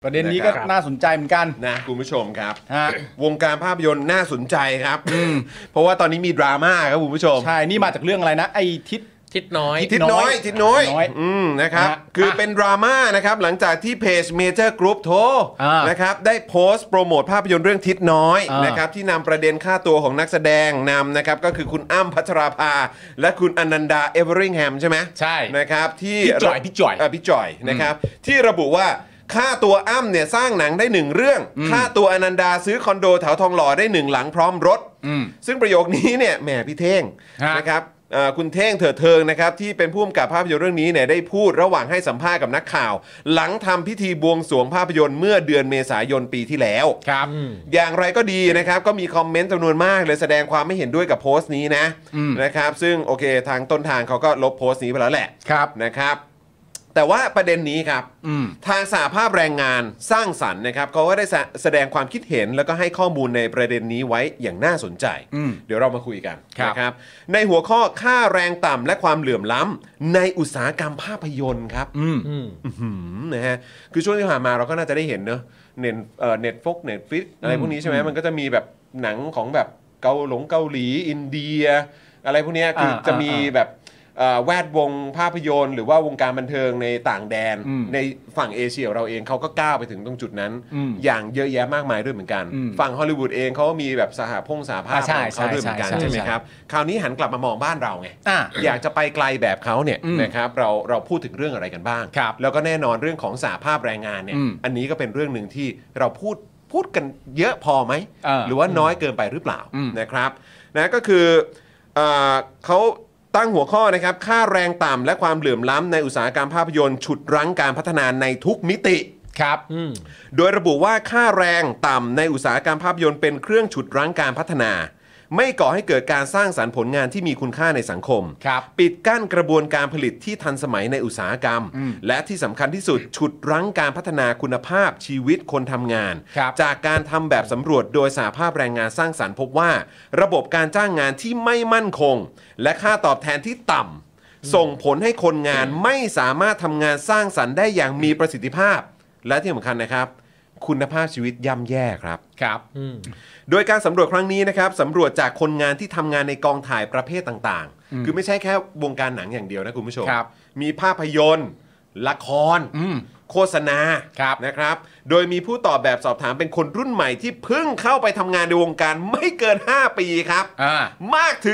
ประเด็นนี้ก็น่าสนใจเหมือนกันนะคุณผู้ชมครับฮะวงการภาพยนตร์น่าสนใจครับเพราะว่าตอนนี้มีดราม่าครับคุณผู้ชมใช่นี่มาจากเรื่องอะไรนะไอ้ทิศน้อยนะครับคือเป็นดราม่านะครับหลังจากที่เพจ Major Group โทรนะครับได้โพสต์โปรโมทภาพยนตร์เรื่องทิศน้อยนะครับที่นำประเด็นค่าตัวของนักแสดงนำนะครับก็คือคุณอ้ำพัชราภาและคุณอนันดาเอเวอริงแฮมใช่ไหมใช่นะครับที่พี่จ่อยนะครับที่ระบุว่าค่าตัวอ้ำเนี่ยสร้างหนังได้1เรื่องค่าตัวอนันดาซื้อคอนโดแถวทองหล่อได้1หลังพร้อมรถซึ่งประโยคนี้เนี่ยแหมพี่เท่งนะครับคุณเท่งเถิดเทิงนะครับที่เป็นผู้กำกับภาพยนตร์เรื่องนี้เนี่ยได้พูดระหว่างให้สัมภาษณ์กับนักข่าวหลังทำพิธีบวงสรวงภาพยนตร์เมื่อเดือนเมษายนปีที่แล้วครับอย่างไรก็ดีนะครับก็มีคอมเมนต์จำนวนมากเลยแสดงความไม่เห็นด้วยกับโพสต์นี้นะครับซึ่งโอเคทางต้นทางเขาก็ลบโพสต์นี้ไปแล้วแหละนะครับแต่ว่าประเด็นนี้ครับทางสหภาพแรงงานสร้างสรรค์นะครับเขาก็ได้แสดงความคิดเห็นแล้วก็ให้ข้อมูลในประเด็นนี้ไว้อย่างน่าสนใจเดี๋ยวเรามาคุยกันนะครับในหัวข้อค่าแรงต่ำและความเหลื่อมล้ำในอุตสาหกรรมภาพยนตร์ครับนะฮะคือช่วงที่ผ่านมาเราก็น่าจะได้เห็นเนอะเน็ตฟลิกอะไรพวกนี้ใช่ไหมมันก็จะมีแบบหนังของแบบเกาหลีอินเดียอะไรพวกนี้คือจะมีแบบแวดวงภาพยนตร์หรือว่าวงการบันเทิงในต่างแดนในฝั่งเอเชียเราเองเขาก็ก้าวไปถึงตรงจุดนั้นอย่างเยอะแยะมากมายด้วยเหมือนกันฝั่งฮอลลีวูดเองเขาก็มีแบบสหภาพของเขาด้วยเหมือนกันใช่ไหมครับคราวนี้หันกลับมามองบ้านเราไงอยากจะไปไกลแบบเขาเนี่ยนะครับเราพูดถึงเรื่องอะไรกันบ้างแล้วก็แน่นอนเรื่องของสหภาพแรงงานเนี่ยอันนี้ก็เป็นเรื่องหนึ่งที่เราพูดกันเยอะพอไหมหรือว่าน้อยเกินไปหรือเปล่านะครับนะก็คือเขาตั้งหัวข้อนะครับค่าแรงต่ำและความเหลื่อมล้ำในอุตสาหกรรมภาพยนตร์ฉุดรั้งการพัฒนาในทุกมิติครับโดยระบุว่าค่าแรงต่ำในอุตสาหกรรมภาพยนตร์เป็นเครื่องฉุดรั้งการพัฒนาไม่ก่อให้เกิดการสร้างสรรค์ผลงานที่มีคุณค่าในสังคมปิดกั้นกระบวนการผลิตที่ทันสมัยในอุตสาหกรรมและที่สำคัญที่สุดฉุดรั้งการพัฒนาคุณภาพชีวิตคนทำงานจากการทำแบบสำรวจโดยสหภาพแรงงานสร้างสรรค์พบว่าระบบการจ้างงานที่ไม่มั่นคงและค่าตอบแทนที่ต่ำส่งผลให้คนงานไม่สามารถทำงานสร้างสรรค์ได้อย่างมีประสิทธิภาพและที่สำคัญนะครับคุณภาพชีวิตย่ำแย่ครับโดยการสำรวจครั้งนี้นะครับสำรวจจากคนงานที่ทำงานในกองถ่ายประเภทต่างๆคือไม่ใช่แค่วงการหนังอย่างเดียวนะคุณผู้ชมมีภาพยนตร์ละครโฆษณานะครับโดยมีผู้ตอบแบบสอบถามเป็นคนรุ่นใหม่ที่เพิ่งเข้าไปทำงานในวงการไม่เกิน5ปีครับมากถึง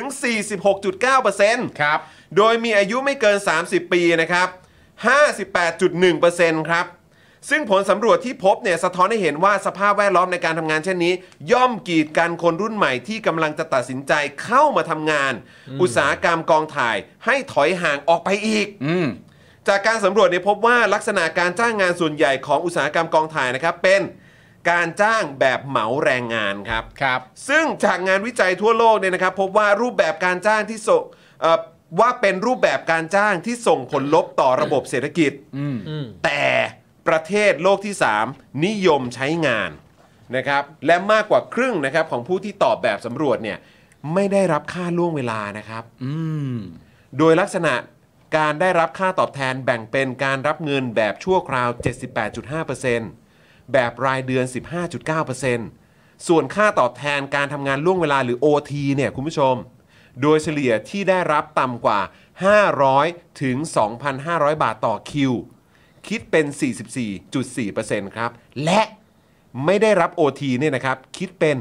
46.9% ครับโดยมีอายุไม่เกิน30ปีนะครับ 58.1% ครับซึ่งผลสำรวจที่พบเนี่ยสะท้อนให้เห็นว่าสภาพแวดล้อมในการทำงานเช่นนี้ย่อมกีดกันคนรุ่นใหม่ที่กำลังจะตัดสินใจเข้ามาทำงานอุตสาหกรรมกองถ่ายให้ถอยห่างออกไปอีกจากการสำรวจเนี่ยพบว่าลักษณะการจ้างงานส่วนใหญ่ของอุตสาหกรรมกองถ่ายนะครับเป็นการจ้างแบบเหมาแรงงานครับซึ่งจากงานวิจัยทั่วโลกเนี่ยนะครับพบว่ารูปแบบการจ้างที่ว่าเป็นรูปแบบการจ้างที่ส่งผลลบต่อระบบเศรษฐกิจแต่ประเทศโลกที่3นิยมใช้งานนะครับและมากกว่าครึ่งนะครับของผู้ที่ตอบแบบสำรวจเนี่ยไม่ได้รับค่าล่วงเวลานะครับโดยลักษณะการได้รับค่าตอบแทนแบ่งเป็นการรับเงินแบบชั่วคราว 78.5% แบบรายเดือน 15.9% ส่วนค่าตอบแทนการทำงานล่วงเวลาหรือ OT เนี่ยคุณผู้ชมโดยเฉลี่ยที่ได้รับต่ำกว่า500ถึง 2,500 บาทต่อคิวคิดเป็น 44.4% ครับและไม่ได้รับ OT เนี่ยนะครับคิดเป็น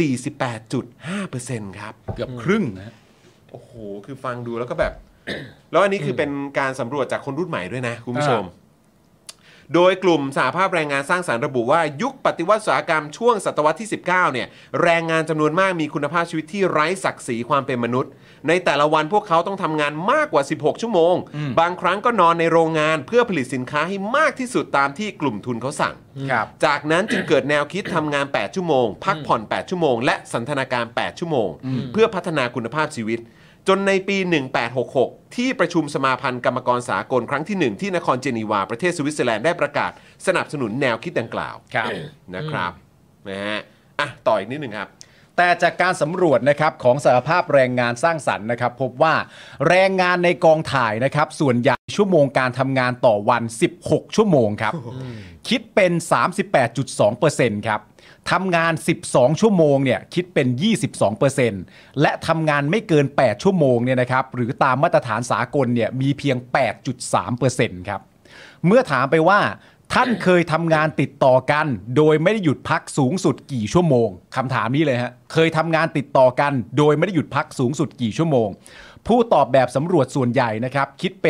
48.5% ครับเกือบครึ่งนะโอ้โหคือฟังดูแล้วก็แบบ แล้วอันนี้คือเป็นการสำรวจจากคนรุ่นใหม่ด้วยนะคุณผู้ชมโดยกลุ่มสหภาพแรงงานสร้างสรรค์ระบุว่ายุคปฏิวัติอุตสาหกรรมช่วงศตวรรษที่19เนี่ยแรงงานจำนวนมากมีคุณภาพชีวิตที่ไร้ศักดิ์ศรีความเป็นมนุษย์ในแต่ละวันพวกเขาต้องทำงานมากกว่า16ชั่วโมงบางครั้งก็นอนในโรงงานเพื่อผลิตสินค้าให้มากที่สุดตามที่กลุ่มทุนเขาสั่งจากนั้นจึงเกิดแนวคิดทำงาน8ชั่วโมงพักผ่อน8ชั่วโมงและสันทนาการ8ชั่วโมงเพื่อพัฒนาคุณภาพชีวิตจนในปี 1866 ที่ประชุมสมาพันธ์กรรมกรสากลครั้งที่ 1 ที่นครเจนีวาประเทศสวิตเซอร์แลนด์ได้ประกาศสนับสนุนแนวคิดดังกล่าวนะครับนะฮะต่ออีกนิดหนึ่งครับแต่จากการสำรวจนะครับของสหภาพแรงงานสร้างสรรค์นะครับพบว่าแรงงานในกองถ่ายนะครับส่วนใหญ่ชั่วโมงการทำงานต่อวัน16ชั่วโมงครับคิดเป็น 38.2% ครับทำงาน12ชั่วโมงเนี่ยคิดเป็น 22% และทำงานไม่เกิน8ชั่วโมงเนี่ยนะครับหรือตามมาตรฐานสากลเนี่ยมีเพียง 8.3% ครับเมื่อถามไปว่าท่านเคยทำงานติดต่อกันโดยไม่ได้หยุดพักสูงสุดกี่ชั่วโมงคำถามนี้เลยฮะเคยทำงานติดต่อกันโดยไม่ได้หยุดพักสูงสุดกี่ชั่วโมงผู้ตอบแบบสำรวจส่วนใหญ่นะครับคิดเป็น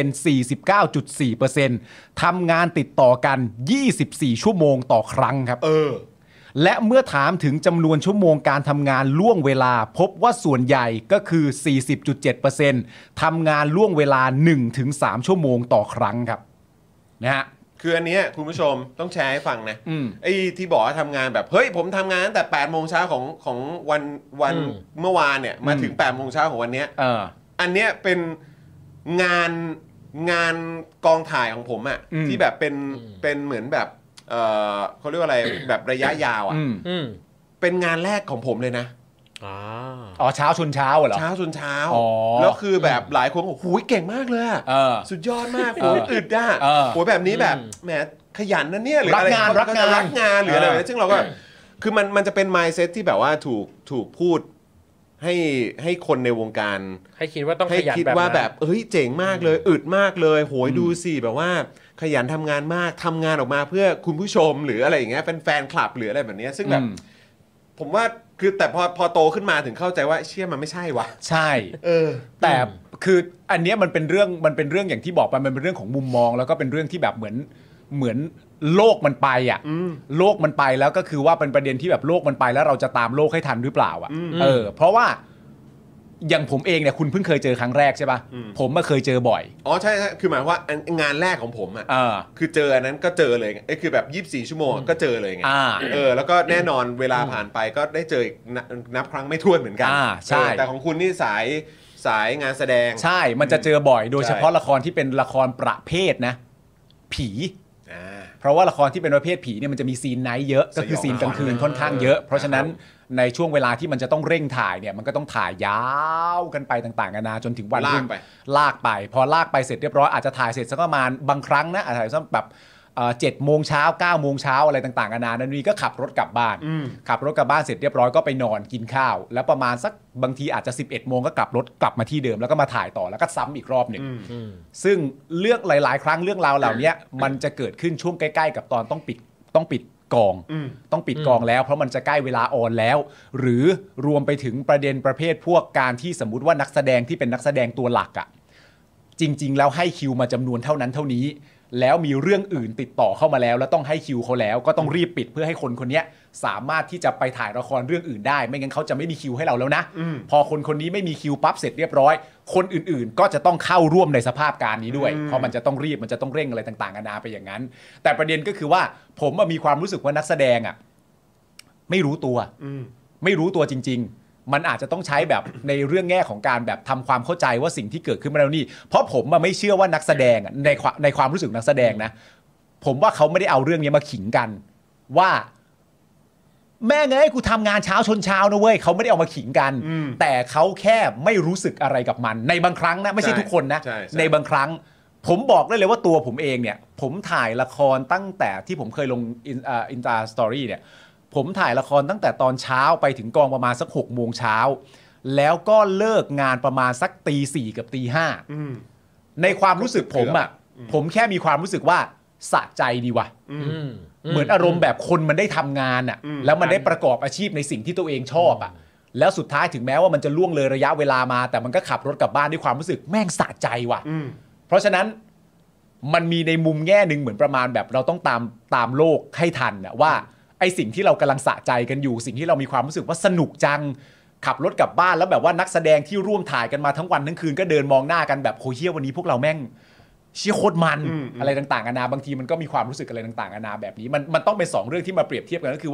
49.4% ทำงานติดต่อกัน24ชั่วโมงต่อครั้งครับและเมื่อถามถึงจำนวนชั่วโมงการทำงานล่วงเวลาพบว่าส่วนใหญ่ก็คือ 40.7% ทำงานล่วงเวลา 1-3 ชั่วโมงต่อครั้งครับนะฮะคืออันเนี้ยคุณผู้ชมต้องแชร์ให้ฟังนะไอ้ที่บอกว่าทำงานแบบเฮ้ยผมทำงานตั้งแต่8โมงเช้าของวันเมื่อวานเนี่ยมาถึง8โมงเช้าของวันเนี้ยอันเนี้ยเป็นงานกองถ่ายของผมอะที่แบบเป็นเหมือนแบบเขาเรียกว่าอะไรแบบระยะยาวอ่ะเป็นงานแรกของผมเลยนะอ๋อเช้าชนเช้าเหรอเช้าชนเช้าแล้วคือแบบหลายคนบอกหูยเก่งมากเลยสุดยอดมากโหอึดอ่ะโหแบบนี้แบบแหมขยันนะเนี่ยหรืออะไรรักงานหรืออะไรซึ่งเราก็คือมันจะเป็น mindset ที่แบบว่าถูกพูดให้คนในวงการให้คิดว่าต้องขยันแบบคิดว่าแบบเฮ้ยเจ๋งมากเลยอึดมากเลยโหยดูสิแบบว่าขยันทำงานมากทำงานออกมาเพื่อคุณผู้ชมหรืออะไรอย่างเงี้ยแฟนคลับหรืออะไรแบบนี้ซึ่งแบบผมว่าคือแต่พอโตขึ้นมาถึงเข้าใจว่าเชื่อมันไม่ใช่วะใช่แต่คืออันเนี้ยมันเป็นเรื่องอย่างที่บอกไปมันเป็นเรื่องของมุมมองแล้วก็เป็นเรื่องที่แบบเหมือนโลกมันไปอ่ะโลกมันไปแล้วก็คือว่าเป็นประเด็นที่แบบโลกมันไปแล้วเราจะตามโลกให้ทันหรือเปล่าอ่ะเพราะว่าอย่างผมเองเนี่ยคุณเพิ่งเคยเจอครั้งแรกใช่ป่ะผมมาเคยเจอบ่อยอ๋อใช่คือหมายว่างานแรกของผมอ่ะคือเจออันนั้นก็เจอเลยคือแบบ24ชั่วโมงก็เจอเลยไงแล้วก็แน่นอนเวลาผ่านไปก็ได้เจอนับครั้งไม่ถ้วนเหมือนกันใช่แต่ของคุณนี่สายงานแสดงใช่มันจะเจอบ่อยโดยเฉพาะละครที่เป็นละครประเภทนะผีเพราะว่าละครที่เป็นประเภทผีเนี่ยมันจะมีซีนไนท์เยอะก็คือซีนกลางคืนค่อนข้างเยอะเพราะฉะนั้นในช่วงเวลาที่มันจะต้องเร่งถ่ายเนี่ยมันก็ต้องถ่ายยาวกันไปต่างๆนานาจนถึงวันรุ่งลากไปพอลากไปเสร็จเรียบร้อยอาจจะถ่ายเสร็จสักประมาณบางครั้งนะอาจจะถ่ายสักแบบ7 โมงเช้า9 โมงเช้าอะไรต่างๆนานานั้นนี่ก็ขับรถกลับบ้านขับรถกลับบ้านเสร็จเรียบร้อยก็ไปนอนกินข้าวแล้วประมาณสักบางทีอาจจะ11 โมงก็กลับรถกลับมาที่เดิมแล้วก็มาถ่ายต่อแล้วก็ซ้ำอีกรอบหนึ่งซึ่งเรื่องหลายๆครั้งเรื่องราวเหล่านี้มันจะเกิดขึ้นช่วงใกล้ๆกับตอนต้องปิดกองต้องปิดกองแล้วเพราะมันจะใกล้เวลาออนแล้วหรือรวมไปถึงประเด็นประเภทพวกการที่สมมุติว่านักแสดงที่เป็นนักแสดงตัวหลักอ่ะจริงๆแล้วให้คิวมาจำนวนเท่านั้นเท่านี้แล้วมีเรื่องอื่นติดต่อเข้ามาแล้วต้องให้คิวเขาแล้วก็ต้องรีบปิดเพื่อให้คนคนนี้สามารถที่จะไปถ่ายละครเรื่องอื่นได้ไม่งั้นเขาจะไม่มีคิวให้เราแล้วนะพอคนคนนี้ไม่มีคิวปั๊บเสร็จเรียบร้อยคนอื่นๆก็จะต้องเข้าร่วมในสภาพการนี้ด้วยเพราะมันจะต้องรีบมันจะต้องเร่งอะไรต่างๆนานาไปอย่างนั้นแต่ประเด็นก็คือว่าผมมีความรู้สึกว่านักแสดงอ่ะไม่รู้ตัวจริงๆมันอาจจะต้องใช้แบบในเรื่องแง่ของการแบบทำความเข้าใจว่าสิ่งที่เกิดขึ้นมาแล้วนี่เพราะผมไม่เชื่อว่านักแสดงในความรู้สึกนักแสดงนะผมว่าเขาไม่ได้เอาเรื่องนี้มาขิงกันว่าแม่งเอ้ยกูทำงานเช้าชนเช้านะเว้ยเขาไม่ได้เอามาขิงกันแต่เขาแค่ไม่รู้สึกอะไรกับมันในบางครั้งนะไม่ใช่ทุกคนนะในบางครั้งผมบอกได้เลยว่าตัวผมเองเนี่ยผมถ่ายละครตั้งแต่ที่ผมเคยลงอินสตาสตอรี่เนี่ยผมถ่ายละครตั้งแต่ตอนเช้าไปถึงกองประมาณสัก6 โมงเช้าแล้วก็เลิกงานประมาณสักตี 4กับตี 5ในความรู้สึกผมผมแค่มีความรู้สึกว่าสะใจดีว่ะเหมือนอารมณ์แบบคนมันได้ทำงานแล้วมันได้ประกอบอาชีพในสิ่งที่ตัวเองชอบแล้วสุดท้ายถึงแม้ว่ามันจะล่วงเลยระยะเวลามาแต่มันก็ขับรถกลับบ้านด้วยความรู้สึกแม่งสะใจว่ะเพราะฉะนั้นมันมีในมุมแง่นึงเหมือนประมาณแบบเราต้องตามโลกให้ทันว่าไอสิ่งที่เรากำลังสะใจกันอยู่สิ่งที่เรามีความรู้สึกว่าสนุกจังขับรถกลับบ้านแล้วแบบว่านักแสดงที่ร่วมถ่ายกันมาทั้งวันทั้งคืนก็เดินมองหน้ากันแบบโหเหี้ยวันนี้พวกเราแม่งเชี่ยโคตรมันอะไรต่างๆนานาบางทีมันก็มีความรู้สึกอะไรต่างๆนานาแบบนี้มันต้องเป็น2เรื่องที่มาเปรียบเทียบกันก็คือว่า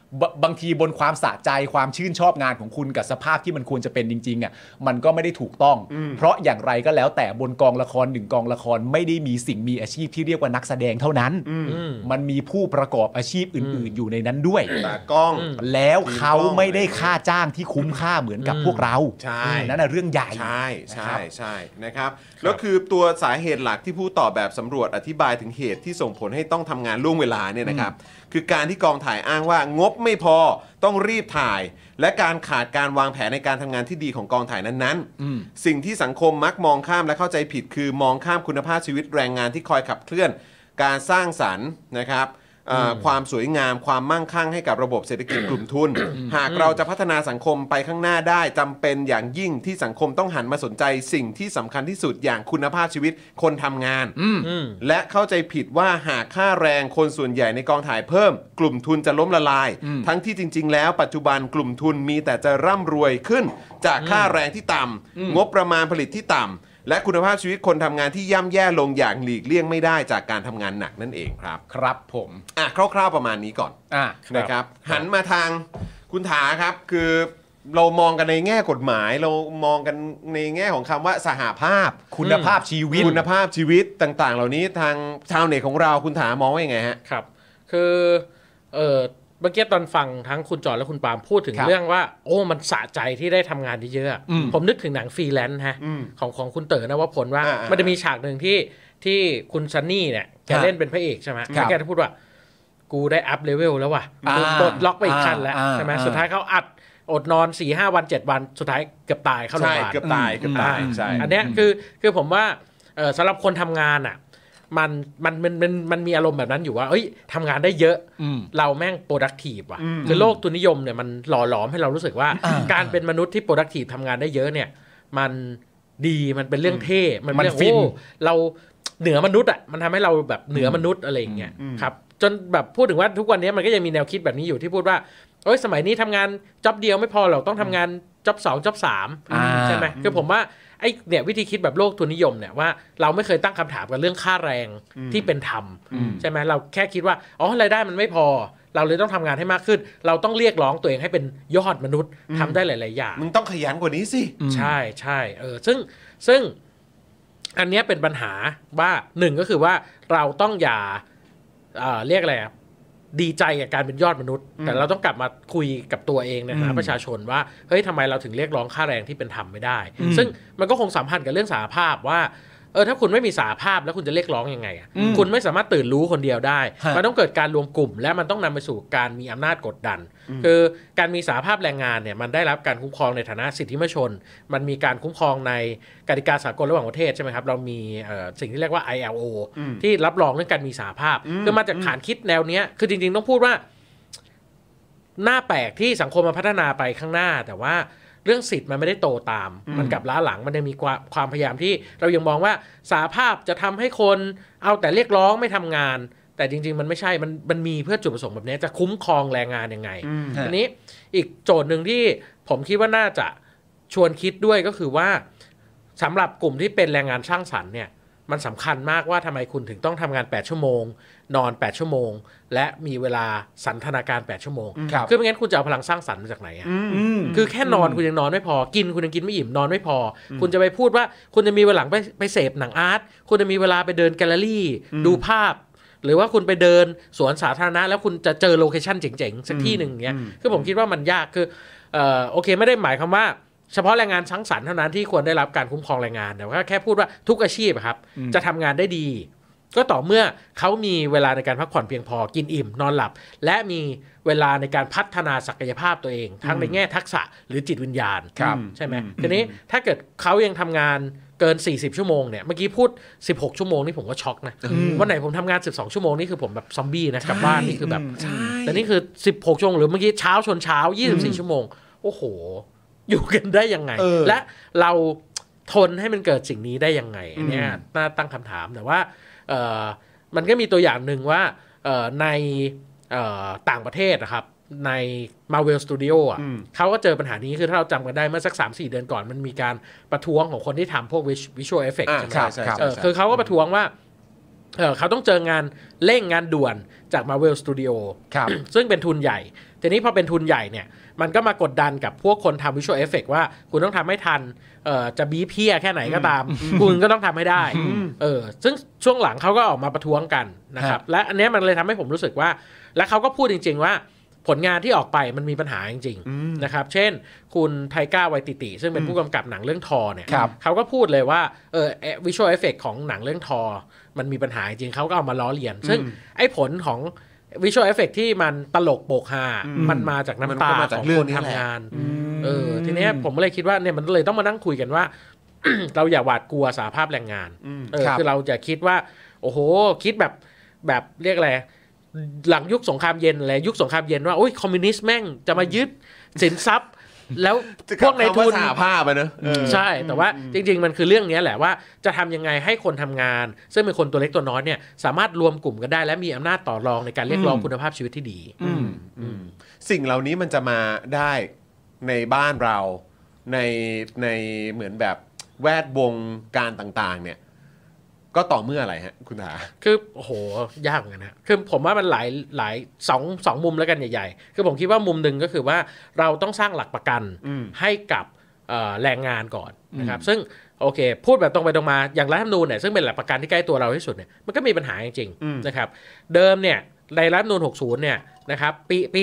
บางทีบนความสะใจความชื่นชอบงานของคุณกับสภาพที่มันควรจะเป็นจริงๆอ่ะมันก็ไม่ได้ถูกต้องเพราะอย่างไรก็แล้วแต่บนกองละคร1กองละครไม่ได้มีสิ่งมีอาชีพที่เรียกว่านักแสดงเท่านั้นมันมีผู้ประกอบอาชีพอื่นๆอยู่ในนั้นด้วยตากล้องแล้วเขาไม่ได้ค่าจ้างที่คุ้มค่าเหมือนกับพวกเราใช่นั่นน่ะเรื่องใหญ่ใช่นะครับแล้วคือตัวสาเหตุหลักที่ผู้ตอบแบบสำรวจอธิบายถึงเหตุที่ส่งผลให้ต้องทำงานล่วงเวลาเนี่ยนะครับคือการที่กองถ่ายอ้างว่างบไม่พอต้องรีบถ่ายและการขาดการวางแผนในการทำงานที่ดีของกองถ่ายนั้นๆสิ่งที่สังคมมักมองข้ามและเข้าใจผิดคือมองข้ามคุณภาพชีวิตแรงงานที่คอยขับเคลื่อนการสร้างสรรค์นะครับความสวยงามความมั่งคั่งให้กับระบบเศรษฐกิจกลุ่มทุนหากเราจะพัฒนาสังคมไปข้างหน้าได้จำเป็นอย่างยิ่งที่สังคมต้องหันมาสนใจสิ่งที่สำคัญที่สุดอย่างคุณภาพชีวิตคนทำงานและเข้าใจผิดว่าหากค่าแรงคนส่วนใหญ่ในกองถ่ายเพิ่มกลุ่มทุนจะล้มละลายทั้งที่จริงๆแล้วปัจจุบันกลุ่มทุนมีแต่จะร่ำรวยขึ้นจากค่าแรงที่ต่ำงบประมาณผลิตที่ต่ำและคุณภาพชีวิตคนทำงานที่ย่ำแย่ลงอย่างหลีกเลี่ยงไม่ได้จากการทำงานหนักนั่นเองครับครับผมคร่าวๆประมาณนี้ก่อนนะครับหันมาทางคุณถาครับคือเรามองกันในแง่กฎหมายเรามองกันในแง่ของคำว่าสหภาพคุณภาพชีวิตคุณภาพชีวิตต่างๆเหล่านี้ทางชาวเน็ตของเราคุณถามองว่ายังไงฮะครับคือเมื่อกี้ตอนฟังทั้งคุณจอห์นและคุณปาล์มพูดถึงเรื่องว่าโอ้มันสะใจที่ได้ทำงานเยอะๆผมนึกถึงหนังฟรีแลนซ์ฮะของคุณเต๋อนวพลว่ามันจะมีฉากหนึ่งที่คุณซันนี่เนี่ยแกเล่นเป็นพระเอกใช่ไหมแกจะพูดว่ากูได้อัพเลเวลแล้วว่ะกูปลดล็อกไปอีกขั้นแล้วใช่ไหมสุดท้ายเขาอัดอดนอน 4-5 วัน 7 วันสุดท้ายเกือบตายเข้าโรงพยาบาลเกือบตายใช่อันนี้คือผมว่าสำหรับคนทำงานอ่ะมันมีอารมณ์แบบนั้นอยู่ว่าเอ้ยทำงานได้เยอะเราแม่ง productive ว่ะคือโลกทุนนิยมเนี่ยมันหล่อหลอมให้เรารู้สึกว่าการเป็นมนุษย์ที่ productive ทำงานได้เยอะเนี่ยมันดีมันเป็นเรื่องเท่มันเป็นเรื่องโอ้เราเหนือมนุษย์อ่ะมันทำให้เราแบบเหนือมนุษย์อะไรอย่างเงี้ยครับจนแบบพูดถึงว่าทุกวันนี้มันก็ยังมีแนวคิดแบบนี้อยู่ที่พูดว่าโอ้ยสมัยนี้ทำงานจ็อบเดียวไม่พอหรอกต้องทำงานจ็อบ2จ็อบ3ใช่ไหมคือผมว่าไอ้เนี่ยวิธีคิดแบบโลกทุนนิยมเนี่ยว่าเราไม่เคยตั้งคำถามกันเรื่องค่าแรงที่เป็นธรรมใช่ไหมเราแค่คิดว่าอ๋อรายได้มันไม่พอเราเลยต้องทำงานให้มากขึ้นเราต้องเรียกร้องตัวเองให้เป็นยอดมนุษย์ทำได้หลายๆอย่างมึงต้องขยันกว่านี้สิใช่ซึ่งอันนี้เป็นปัญหาว่าหนึ่งก็คือว่าเราต้องอย่าเรียกอะไรดีใจกับการเป็นยอดมนุษย์แต่เราต้องกลับมาคุยกับตัวเองนะประชาชนว่าเฮ้ยทำไมเราถึงเรียกร้องค่าแรงที่เป็นธรรมไม่ได้ซึ่งมันก็คงสัมพันธ์กับเรื่องสหภาพว่าถ้าคุณไม่มีสหภาพแล้วคุณจะเรียกร้องยังไงคุณไม่สามารถตื่นรู้คนเดียวได้มันต้องเกิดการรวมกลุ่มและมันต้องนำไปสู่การมีอำนาจกดดันคือการมีสหภาพแรงงานเนี่ยมันได้รับการคุ้มครองในฐานะสิทธิมนุษยชนมันมีการคุ้มครองในกติกาสากลระหว่างประเทศใช่ไหมครับเรามีสิ่งที่เรียกว่า ILO ที่รับรองเรื่องการมีสหภาพคือมาจากฐานคิดแนวนี้คือจริงๆต้องพูดว่าหน้าแปลกที่สังคมมันพัฒนาไปข้างหน้าแต่ว่าเรื่องสิทธิ์มันไม่ได้โตตามมันกลับล้าหลังมันยังมีความพยายามที่เรายังมองว่าสหภาพจะทำให้คนเอาแต่เรียกร้องไม่ทำงานแต่จริงๆมันไม่ใช่มันมีเพื่อจุดประสงค์แบบนี้จะคุ้มครองแรงงานยังไงอันนี้อีกโจทย์หนึ่งที่ผมคิดว่าน่าจะชวนคิดด้วยก็คือว่าสำหรับกลุ่มที่เป็นแรงงานสร้างสรรค์เนี่ยมันสำคัญมากว่าทำไมคุณถึงต้องทำงาน8ชั่วโมงนอน8ชั่วโมงและมีเวลาสันทนาการ8ชั่วโมงคือไม่งั้นคุณจะเอาพลังสร้างสรรค์มาจากไหนอ่ะคือแค่นอนคุณยังนอนไม่พอกินคุณยังกินไม่อิ่มนอนไม่พอคุณจะไปพูดว่าคุณจะมีเวลาไปเสพหนังอาร์ตคุณจะมีเวลาไปเดินแกลเลอรี่ดูภาพหรือว่าคุณไปเดินสวนสาธารณะแล้วคุณจะเจอโลเคชั่นเจ๋งๆสักที่หนึ่งเงี้ยคือผมคิดว่ามันยากคือโอเคไม่ได้หมายความว่าเฉพาะแรงงานสร้างสรรค์เท่านั้นที่ควรได้รับการคุ้มครองแรงงานแต่ว่าแค่พูดว่าทุกอาชีพครับจะทำงานได้ดีก็ต่อเมื่อเขามีเวลาในการพักผ่อนเพียงพอกินอิ่มนอนหลับและมีเวลาในการพัฒนาศักยภาพตัวเองทั้งในแง่ทักษะหรือจิตวิญญาณใช่ไหมทีนี้ถ้าเกิดเขายังทำงานเกิน40ชั่วโมงเนี่ยเมื่อกี้พูด16ชั่วโมงนี่ผมก็ช็อกนะวันไหนผมทำงาน12ชั่วโมงนี่คือผมแบบซอมบี้นะกลับบ้านนี่คือแบบแต่นี่คือ16ชั่วโมงหรือเมื่อกี้เช้าชนเช้า24ชั่วโมงโอ้โหอยู่กันได้ยังไงและเราทนให้มันเกิดสิ่งนี้ได้ยังไงเนี่ยน่าตั้งคำถามแต่ว่ามันก็มีตัวอย่างหนึ่งว่าในต่างประเทศนะครับใน Marvel Studio อ่ะเขาก็เจอปัญหานี้คือถ้าเราจำกันได้เมื่อสัก 3-4 เดือนก่อนมันมีการประท้วงของคนที่ทำพวก Visual Effect ใช่ไหมคือเขาก็ประท้วงว่าเขาต้องเจองานเร่งงานด่วนจาก Marvel Studio ครับซึ่งเป็นทุนใหญ่ทีนี้พอเป็นทุนใหญ่เนี่ยมันก็มากดดันกับพวกคนทำ Visual Effect ว่าคุณต้องทำให้ทันจะบีเพียแค่ไหนก็ตามคุณก็ต้องทำให้ได้ซึ่งช่วงหลังเขาก็ออกมาประท้วงกันนะครับและอันนี้มันเลยทำให้ผมรู้สึกว่าและเขาก็พูดจริงๆว่าผลงานที่ออกไปมันมีปัญหาจริงๆนะครับเช่นคุณไทก้าไวติติซึ่งเป็นผู้กำกับหนังเรื่องทอเนี่ยเขาก็พูดเลยว่าVisual Effect ของหนังเรื่องทอมันมีปัญหาจริงเขาก็เอามาล้อเลียนซึ่งไอ้ผลของ Visual Effect ที่มันตลกโปกฮามันมาจากน้ำตาของคนทำงานทีนี้ผมเลยคิดว่าเนี่ยมันเลยต้องมานั่งคุยกันว่า เราอย่าหวาดกลัวสหภาพแรงงานคือเราอย่าคิดว่าโอ้โหคิดแบบเรียกอะไรหลังยุคสงครามเย็นอะไรยุคสงครามเย็นว่าโอ้ยคอมมิวนิสต์แม่งจะมายึดสินทรัพย์แล้วพวกในทุนสหภาพไปเนอะใช่แต่ว่าจริงๆมันคือเรื่องนี้แหละว่าจะทำยังไงให้คนทำงานซึ่งเป็นคนตัวเล็กตัวน้อยเนี่ยสามารถรวมกลุ่มกันได้และมีอำนาจต่อรองในการเรียกร้องคุณภาพชีวิตที่ดีสิ่งเหล่านี้มันจะมาได้ในบ้านเราในเหมือนแบบแวดวงการต่างๆเนี่ยก็ต่อเมื่ออะไรฮะคุณถาคือโอ้โหยากเหมือนกันนะคือผมว่ามันหลายสองมุมแล้วกันใหญ่ๆคือผมคิดว่ามุมหนึ่งก็คือว่าเราต้องสร้างหลักประกันให้กับแรงงานก่อนนะครับซึ่งโอเคพูดแบบตรงไปตรงมาอย่างรัฐธรรมนูญเนี่ยซึ่งเป็นหลักประกันที่ใกล้ตัวเราที่สุดเนี่ยมันก็มีปัญหาจริงๆนะครับเดิมเนี่ยในรัฐธรรมนูญ60เนี่ยนะครับปี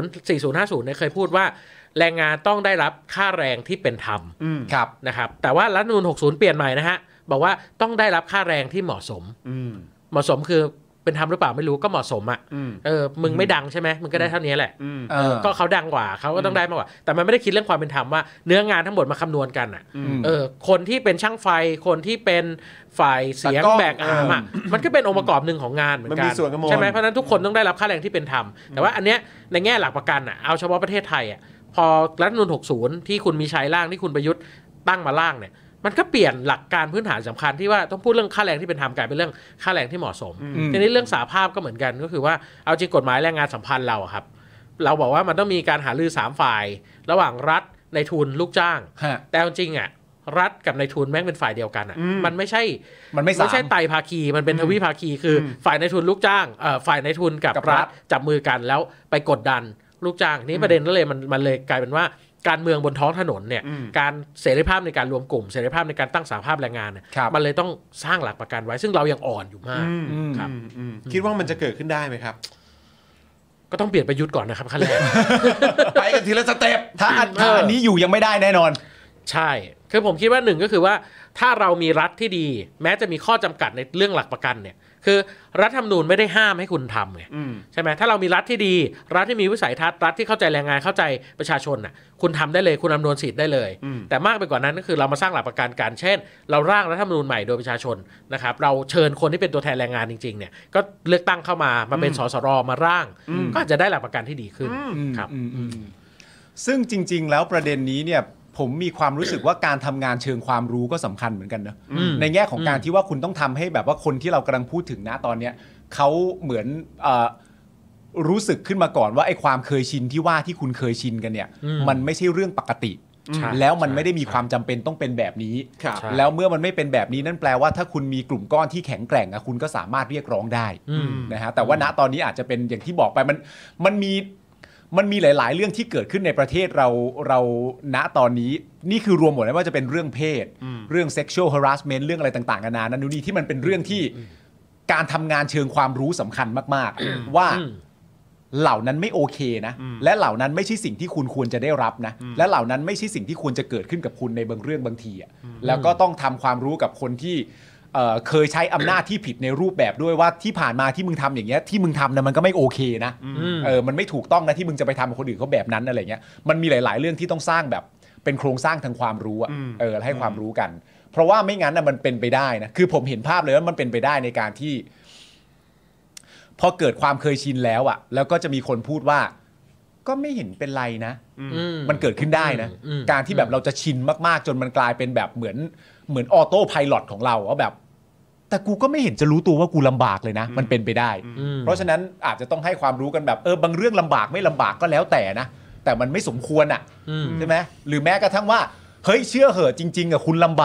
4050เนี่ยเคยพูดว่าแรงงานต้องได้รับค่าแรงที่เป็นธรรมนะครับแต่ว่ารัฐธรรมนูญ60เปลี่ยนใหม่นะฮะบอกว่าต้องได้รับค่าแรงที่เหมาะสมเหมาะสมคือเป็นธรรมหรือเปล่าไม่รู้ก็เหมาะสมอ่ะมึงไม่ดังใช่ไหมมึงก็ได้เท่านี้แหละก็เขาดังกว่าเขาก็ต้องได้มากกว่าแต่มันไม่ได้คิดเรื่องความเป็นธรรมว่าเนื้องานทั้งหมดมาคำนวณกันอ่ะคนที่เป็นช่างไฟคนที่เป็นฝ่ายเสียงแบกอาร์มอ่ะมันก็เป็นองค์ประกอบหนึ่งของงานเหมือนกันใช่ไหมเพราะนั้นทุกคนต้องได้รับค่าแรงที่เป็นธรรมแต่ว่าอันเนี้ยในแง่หลักประกันอ่ะเอาเฉพาะประเทศไทยอ่ะพอรัฐธรรมนูญ60ที่คุณมีชัยร่างที่คุณประยุทธ์ตั้งมาร่างเนี่ยมันก็เปลี่ยนหลักการพื้นฐานสำคัญที่ว่าต้องพูดเรื่องค่าแรงที่เป็นธรรมกลายเป็นเรื่องค่าแรงที่เหมาะสมทีนี้เรื่องสหภาพก็เหมือนกันก็คือว่าเอาจริงกฎหมายแรงงานสัมพันธ์เราครับเราบอกว่ามันต้องมีการหารือ3ฝ่ายระหว่างรัฐในทุนลูกจ้างแต่จริงอ่ะรัฐกับในทุนแม่งเป็นฝ่ายเดียวกันอ่ะมันไม่ใช่ไตรภาคีมันเป็นทวิภาคีคือฝ่ายในทุนลูกจ้างฝ่ายในทุนกับรัฐจับมือกันแล้วไปกดดันลูกจ้างนี้ประเด็นก็เลยมันเลยกลายเป็นว่าการเมืองบนท้องถนนเนี่ยการเสรีภาพในการรวมกลุ่มเสรีภาพในการตั้งสหภาพแรงงานเนี่ยมันเลยต้องสร้างหลักประกันไว้ซึ่งเรายังอ่อนอยู่มากครับคิดว่ามันจะเกิดขึ้นได้ไหมครับก็ต้องเปลี่ยนประยุทธ์ก่อนนะครับขั้นแรกไปกันทีละสเต็ปถ้าอันนี้อยู่ยังไม่ได้แน่นอนใช่คือผมคิดว่าหนึ่งก็คือว่าถ้าเรามีรัฐที่ดีแม้จะมีข้อจำกัดในเรื่องหลักประกันเนี่ยคือรัฐธรรมนูญไม่ได้ห้ามให้คุณทำไงใช่ไหมถ้าเรามีรัฐที่ดีรัฐที่มีวิสัยทัศน์รัฐที่เข้าใจแรงงานเข้าใจประชาชนน่ะคุณทำได้เลยคุณอำนวยสิทธิ์ได้เลยแต่มากไปกว่านั้นก็คือเรามาสร้างหลักประกันกันเช่นเราร่างรัฐธรรมนูญใหม่โดยประชาชนนะครับเราเชิญคนที่เป็นตัวแทนแรงงานจริงๆเนี่ยก็เลือกตั้งเข้ามาเป็นสสรมาร่างก็จะได้หลักประกันที่ดีขึ้นครับซึ่งจริงๆแล้วประเด็นนี้เนี่ยผมมีความรู้สึกว่าการทำงานเชิงความรู้ก็สำคัญเหมือนกันนะในแง่ของการที่ว่าคุณต้องทำให้แบบว่าคนที่เรากำลังพูดถึงนะตอนเนี้ยเขาเหมือนรู้สึกขึ้นมาก่อนว่าไอ้ความเคยชินที่ว่าที่คุณเคยชินกันเนี่ยมันไม่ใช่เรื่องปกติแล้วมันไม่ได้มีความจำเป็นต้องเป็นแบบนี้แล้วเมื่อมันไม่เป็นแบบนี้นั่นแปลว่าถ้าคุณมีกลุ่มก้อนที่แข็งแกร่งคุณก็สามารถเรียกร้องได้นะฮะแต่ว่าณตอนนี้อาจจะเป็นอย่างที่บอกไปมันมีหลายๆเรื่องที่เกิดขึ้นในประเทศเราณตอนนี้นี่คือรวมหมดเลยว่าจะเป็นเรื่องเพศเรื่อง sexual harassment เรื่องอะไรต่างๆนานานั่นนี่ที่มันเป็นเรื่องที่การทำงานเชิงความรู้สำคัญมากๆว่าเหล่านั้นไม่โอเคนะและเหล่านั้นไม่ใช่สิ่งที่คุณควรจะได้รับนะและเหล่านั้นไม่ใช่สิ่งที่ควรจะเกิดขึ้นกับคุณในบางเรื่องบางทีแล้วก็ต้องทำความรู้กับคนที่เคยใช้อำนาจที่ผิดในรูปแบบด้วยว่าที่ผ่านมาที่มึงทำอย่างเงี้ยที่มึงทำนะมันก็ไม่โอเคนะมันไม่ถูกต้องนะที่มึงจะไปทำกับคนอื่นเขาแบบนั้นอะไรเงี้ยมันมีหลายๆเรื่องที่ต้องสร้างแบบเป็นโครงสร้างทางความรู้ให้ความรู้กันเพราะว่าไม่งั้นมันเป็นไปได้นะคือผมเห็นภาพเลยว่ามันเป็นไปได้ในการที่พอเกิดความเคยชินแล้วแล้วก็จะมีคนพูดว่าก็ไม่เห็นเป็นไรนะมันเกิดขึ้นได้นะการที่แบบเราจะชินมากๆจนมันกลายเป็นแบบเหมือนออโต้ไพลอตของเราว่าแบบแต่กูก็ไม่เห็นจะรู้ตัวว่ากูลำบากเลยนะมันเป็นไปได้เพราะฉะนั้นอาจจะต้องให้ความรู้กันแบบบางเรื่องลำบากไม่ลำบากก็แล้วแต่นะแต่มันไม่สมควรใช่ไหมหรือแม้กระทั่งว่าเฮ้ยเชื่อเหอะจริงๆคุณลำบาก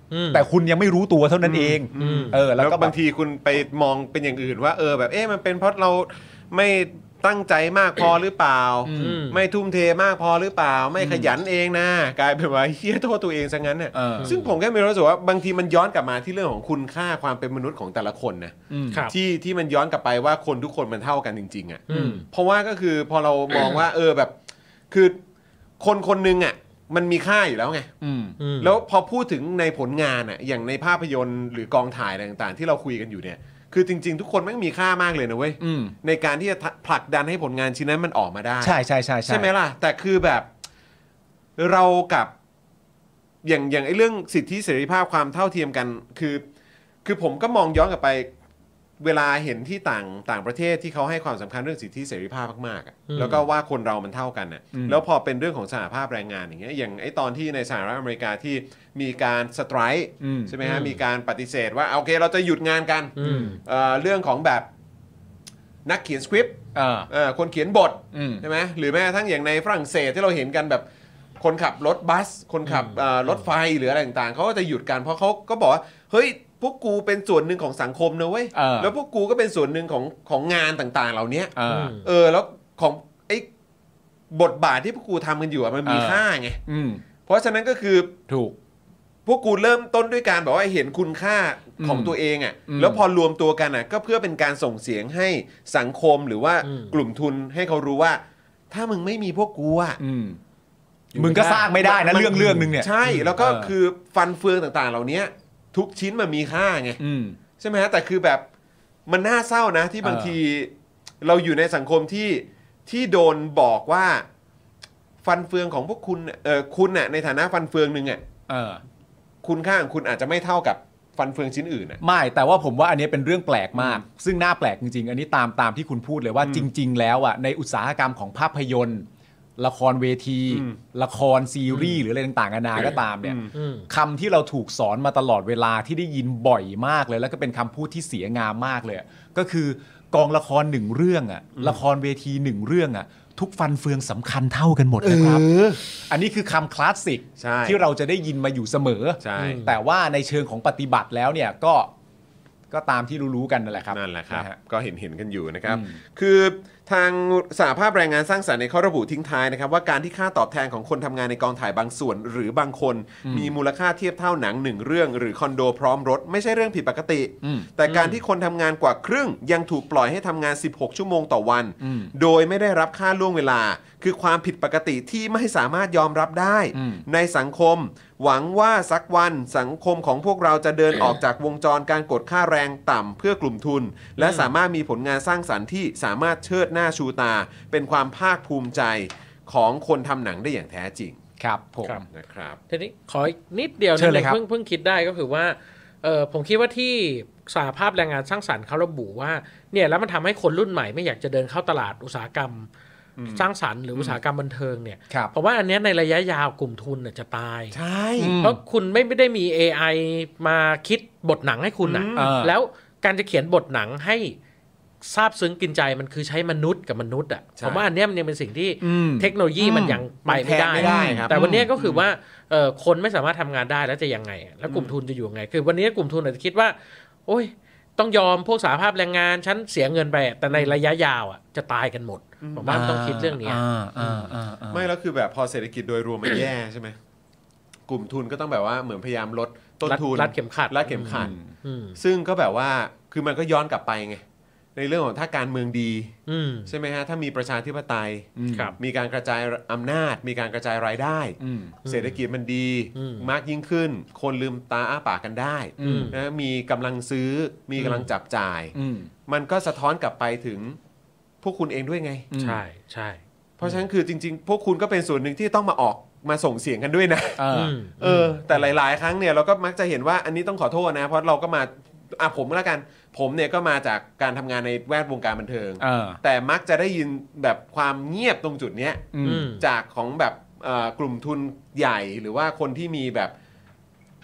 แต่คุณยังไม่รู้ตัวเท่านั้นเองแล้วก็บางทีคุณไปมองเป็นอย่างอื่นว่าแบบมันเป็นเพราะเราไม่ตั้งใจมากพอหรือเปล่าไม่ทุ่มเทมากพอหรือเปล่าไม่ขยันเองนะกลายเป็นว่าเฮี้ยโทษตัวเองซะงั้นเนี่ยซึ่งผมแค่มีรู้สึกว่าบางทีมันย้อนกลับมาที่เรื่องของคุณค่าความเป็นมนุษย์ของแต่ละคนนะที่มันย้อนกลับไปว่าคนทุกคนมันเท่ากันจริงๆอ่ะเพราะว่าก็คือพอเรามองว่าแบบคือคนคนนึงอ่ะมันมีค่าอยู่แล้วไงแล้วพอพูดถึงในผลงานอ่ะอย่างในภาพยนตร์หรือกองถ่ายอะไรต่างๆที่เราคุยกันอยู่เนี่ยคือจริงๆทุกคนแม่งมีค่ามากเลยนะเว้ยในการที่จะผลักดันให้ผลงานชิ้นนั้นมันออกมาได้ใช่ใช่ใช่ใช่ไหมล่ะแต่คือแบบเรากับอย่างไอ้เรื่องสิทธิเสรีภาพความเท่าเทียมกันคือผมก็มองย้อนกลับไปเวลาเห็นที่ต่างประเทศที่เขาให้ความสำคัญเรื่องสิทธิเสรีภาพมากๆแล้วก็ว่าคนเรามันเท่ากันน่ะแล้วพอเป็นเรื่องของสหภาพแรงงานอย่างเงี้ยอย่างไอ้ตอนที่ในสหรัฐอเมริกาที่มีการสไตรค์ใช่ไหมฮะมีการปฏิเสธว่าโอเคเราจะหยุดงานกันเรื่องของแบบนักเขียนสคริปต์คนเขียนบทใช่ไหมหรือแม้กระทั่งอย่างในฝรั่งเศสที่เราเห็นกันแบบคนขับรถบัสคนขับรถไฟหรืออะไรต่างๆเขาก็จะหยุดกันเพราะเขาก็บอกว่าเฮ้ยพวกกูเป็นส่วนหนึ่งของสังคมนะเว้ยแล้วพวกกูก็เป็นส่วนหนึ่งของงานต่างๆเหล่านี้แล้วของไอ้บทบาทที่พวกกูทำกันอยู่มันมีค่าไงเพราะฉะนั้นก็คือถูกพวกกูเริ่มต้นด้วยการแบบว่าเห็นคุณค่าของตัวเองอ่ะแล้วพอรวมตัวกันอ่ะก็เพื่อเป็นการส่งเสียงให้สังคมหรือว่ากลุ่มทุนให้เขารู้ว่าถ้ามึงไม่มีพวกกูอ่ะมึงก็สร้างไม่ได้นะเรื่องนึงเนี่ยใช่แล้วก็คือฟันเฟืองต่างๆเหล่านี้ทุกชิ้นมันมีค่าไงใช่ไหมฮะแต่คือแบบมันน่าเศร้านะที่บางทีเราอยู่ในสังคมที่โดนบอกว่าฟันเฟืองของพวกคุณคุณน่ะในฐานะฟันเฟืองนึงอ่ะคุณค่าของคุณอาจจะไม่เท่ากับฟันเฟืองชิ้นอื่นน่ะไม่แต่ว่าผมว่าอันนี้เป็นเรื่องแปลกมากซึ่งน่าแปลกจริงๆอันนี้ตามที่คุณพูดเลยว่าจริงๆแล้วอ่ะในอุตสาหกรรมของภาพยนตร์ละครเวทีละครซีรีส์หรืออะไรต่างๆนานาก็ตามเนี่ยคำที่เราถูกสอนมาตลอดเวลาที่ได้ยินบ่อยมากเลยแล้วก็เป็นคำพูดที่เสียงามมากเลยก็คือกองละครหนึ่งเรื่องอ่ะละครเวทีหนึ่งเรื่องอ่ะทุกฟันเฟืองสำคัญเท่ากันหมดนะครับอันนี้คือคำคลาสสิกที่เราจะได้ยินมาอยู่เสมอแต่ว่าในเชิงของปฏิบัติแล้วเนี่ยก็ตามที่รู้ๆกันนั่นแหละครับนั่นแหละครับก็เห็นกันอยู่นะครับคือทางสหภาพแรงงานสร้างสรรค์เขาระบุทิ้งท้ายนะครับว่าการที่ค่าตอบแทนของคนทำงานในกองถ่ายบางส่วนหรือบางคนมีมูลค่าเทียบเท่าหนัง1เรื่องหรือคอนโดพร้อมรถไม่ใช่เรื่องผิดปกติแต่การที่คนทำงานกว่าครึ่งยังถูกปล่อยให้ทำงาน16ชั่วโมงต่อวันโดยไม่ได้รับค่าล่วงเวลาคือความผิดปกติที่ไม่สามารถยอมรับได้ในสังคมหวังว่าสักวันสังคมของพวกเราจะเดินออกจากวงจรการกดค่าแรงต่ำเพื่อกลุ่มทุนและสามารถมีผลงานสร้างสรรค์ที่สามารถเชิดหน้าชูตาเป็นความภาคภูมิใจของคนทำหนังได้อย่างแท้จริงครับผมนะครับทีนี้ขอนิดเดียวนึงเพิ่งคิดได้ก็คือว่าผมคิดว่าที่สหภาพแรงงานสร้างสรรค์เขาระบุว่าเนี่ยแล้วมันทำให้คนรุ่นใหม่ไม่อยากจะเดินเข้าตลาดอุตสาหกรรมสร้างสรรค์หรืออุตสาหกรรมบันเทิงเนี่ยเพราะว่าอันนี้ในระยะยาวกลุ่มทุนจะตายใช่เพราะคุณไม่ได้มี AI มาคิดบทหนังให้คุณนะแล้วการจะเขียนบทหนังให้ซาบซึ้งกินใจมันคือใช้มนุษย์กับมนุษย์อ่ะผมว่าอันนี้มันยังเป็นสิ่งที่เทคโนโลยีมันยังไปไม่ได้แต่วันนี้ก็คือว่าคนไม่สามารถทำงานได้แล้วจะยังไงแล้วกลุ่มทุนจะอยู่ยังไงคือวันนี้กลุ่มทุนอาจจะคิดว่าโอ้ยต้องยอมพวกสหภาพแรงงานฉันเสียเงินไปแต่ในระยะยาวจะตายกันหมดผมว่าต้องคิดเรื่องนี้ไม่แล้วคือแบบพอเศรษฐกิจโดยรวมมันแย่ใช่ไหมกลุ่มทุนก็ต้องแบบว่าเหมือนพยายามลดต้นทุนรัดเข็มขัดซึ่งก็แบบว่าคือมันก็ย้อนกลับไปไงในเรื่องของถ้าการเมืองดีใช่ไหมฮะถ้ามีประชาธิปไตยมีการกระจายอำนาจมีการกระจายรายได้เศรษฐกิจมันดีมากยิ่งขึ้นคนลืมตาอ้าปากกันได้นะมีกำลังซื้อมีกำลังจับจ่ายมันก็สะท้อนกลับไปถึงพวกคุณเองด้วยไงใช่ใช่เพราะฉะนั้นคือจริงๆพวกคุณก็เป็นส่วนหนึ่งที่ต้องมาส่งเสียงกันด้วยนะแต่หลายๆครั้งเนี่ยเราก็มักจะเห็นว่าอันนี้ต้องขอโทษนะเพราะเราก็มาผมก็แล้วกันผมเนี่ยก็มาจากการทำงานในแวดวงการบันเทิงแต่มักจะได้ยินแบบความเงียบตรงจุดเนี้ยจากของแบบกลุ่มทุนใหญ่หรือว่าคนที่มีแบบ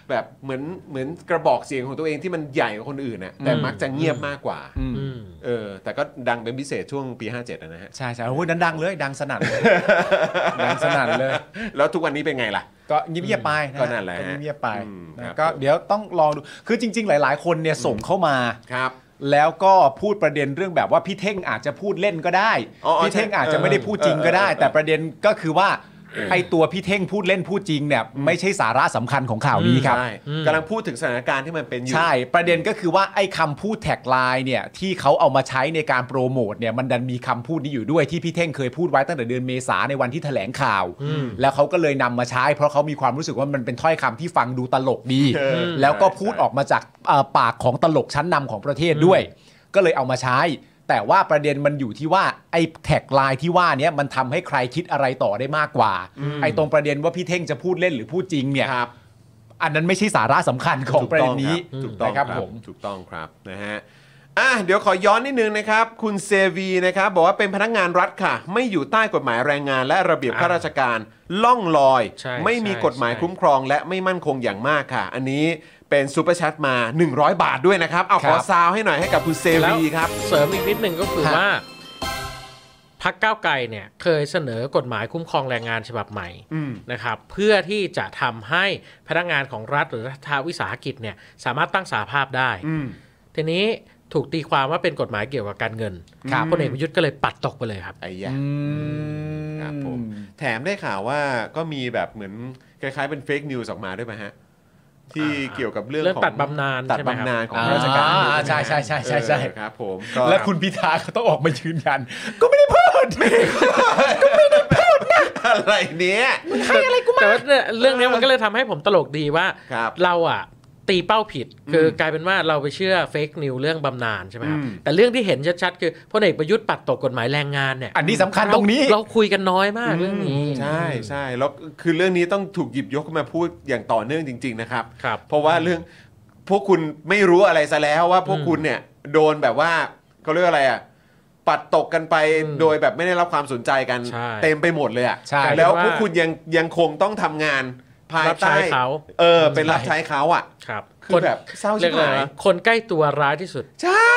แบบเหมือนกระบอกเสียงของตัวเองที่มันใหญ่กว่าคนอื่นน่ะแต่มักจะเงียบมากกว่าแต่ก็ดังเป็นพิเศษช่วงปี57นะฮะใช่ๆโอ้ยดังเลยดังสนั่นเลยดังสนั่นเลยแล้วทุกวันนี้เป็นไงล่ะก็เงียบๆไปนะก็นั่นแหละเงียบๆไปก็เดี๋ยวต้องลองดูคือจริงๆหลายๆคนเนี่ยส่งเข้ามาครับแล้วก็พูดประเด็นเรื่องแบบว่าพี่เท่งอาจจะพูดเล่นก็ได้พี่เท่งอาจจะไม่ได้พูดจริงก็ได้แต่ประเด็นก็คือว่าไอตัวพี่เท่งพูดเล่นพูดจริงเนี่ยไม่ใช่สาระสำคัญของข่าวนี้ครับกำลังพูดถึงสถานการณ์ที่มันเป็นอยู่ใช่ประเด็นก็คือว่าไอคำพูดแท็กไลน์เนี่ยที่เขาเอามาใช้ในการโปรโมทเนี่ยมันดันมีคำพูดนี้อยู่ด้วยที่พี่เท่งเคยพูดไว้ตั้งแต่เดือนเมษาในวันที่แถลงข่าวแล้วเขาก็เลยนำมาใช้เพราะเขามีความรู้สึกว่ามันเป็นถ้อยคำที่ฟังดูตลกดีแล้วก็พูดออกมาจากปากของตลกชั้นนำของประเทศด้วยก็เลยเอามาใช้แต่ว่าประเด็นมันอยู่ที่ว่าไอ้แท็กไลน์ที่ว่านี้มันทำให้ใครคิดอะไรต่อได้มากกว่าไอ้ตรงประเด็นว่าพี่เท่งจะพูดเล่นหรือพูดจริงเนี่ยอันนั้นไม่ใช่สาระสำคัญของประเด็นนี้ถูกต้องครับผมถูกต้องครับนะฮะเดี๋ยวขอย้อนนิดนึงนะครับคุณเซวีนะครับบอกว่าเป็นพนักงานรัฐค่ะไม่อยู่ใต้กฎหมายแรงงานและระเบียบข้าราชการล่องลอยไม่มีกฎหมายคุ้มครองและไม่มั่นคงอย่างมากค่ะอันนี้เป็นซูเปอร์แชทมา100 บาทด้วยนะครับเอาขอซาวให้หน่อยให้กับคุณเซวีครับเสริมอีกนิดนึงก็คือว่าพรรคก้าวไกลเนี่ยเคยเสนอกฎหมายคุ้มครองแรงงานฉบับใหม่นะครับเพื่อที่จะทำให้พนักงานของรัฐหรือรัฐวิสาหกิจเนี่ยสามารถตั้งสหภาพได้ทีนี้ถูกตีความว่าเป็นกฎหมายเกี่ยวกับการเงินพลเอกประยุทธ์ก็เลยปัดตกไปเลยครับไอ้ยะครับผมแถมได้ข่าวว่าก็มีแบบเหมือนคล้ายๆเป็นเฟกนิวส์ออกมาด้วยไหมฮะที่เกี่ยวกับเรื่องของตัดบำนาญของราชการใช่ครับผมและคุณพิธาเขาต้องออกมายืนยันก็ไม่ได้พูดก็ไม่ได้พูดนะอะไรเนี้ยใครอะไรกูมาแต่ว่าเรื่องนี้มันก็เลยทำให้ผมตลกดีว่าเราอ่ะตีเป้าผิดคือกลายเป็นว่าเราไปเชื่อเฟกนิวเรื่องบำนาญใช่ไหมครับแต่เรื่องที่เห็นชัดๆคือพลเอกประยุทธ์ปัดตกกฎหมายแรงงานเนี่ยอันนี้สำคัญตรงนี้เราคุยกันน้อยมากเรื่องนี้ใช่แล้วคือเรื่องนี้ต้องถูกหยิบยกขึ้นมาพูดอย่างต่อเนื่องจริงๆนะครับเพราะว่าเรื่องพวกคุณไม่รู้อะไรซะแล้วว่าพวกคุณเนี่ยโดนแบบว่าเขาเรียกอะไรอ่ะปัดตกกันไปโดยแบบไม่ได้รับความสนใจกันเต็มไปหมดเลยอ่ะแล้วพวกคุณยังคงต้องทำงานภายใต้เขาเป็นรับใช้เขาอ่ะครับคนแบบเศร้าชิบหายคนใกล้ตัวร้ายที่สุดใช่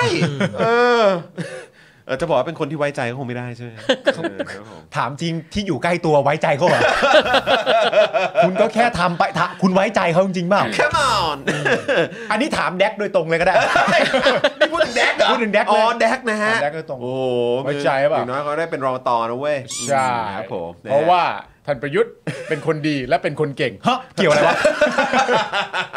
จะบอกว่าเป็นคนที่ไว้ใจก็คงไม่ได้ใช่ไหมถามจริงที่อยู่ใกล้ตัวไว้ใจเขาเหรอคุณก็แค่ทำไปคุณไว้ใจเขาจริงๆเปล่า Come on อันนี้ถามแดกโดยตรงเลยก็ได้นี่พูดถึงแดกเหรอพูดถึงแดกอ๋อแดกนะฮะแดกโดยตรงโอ้ไว้ใจป่ะอย่างน้อยเขาได้เป็นรองตอนะเว้ยใช่ครับผมเพราะว่าท่านประยุทธ์เป็นคนดีและเป็นคนเก่งฮะเกี่ยวอะไรวะ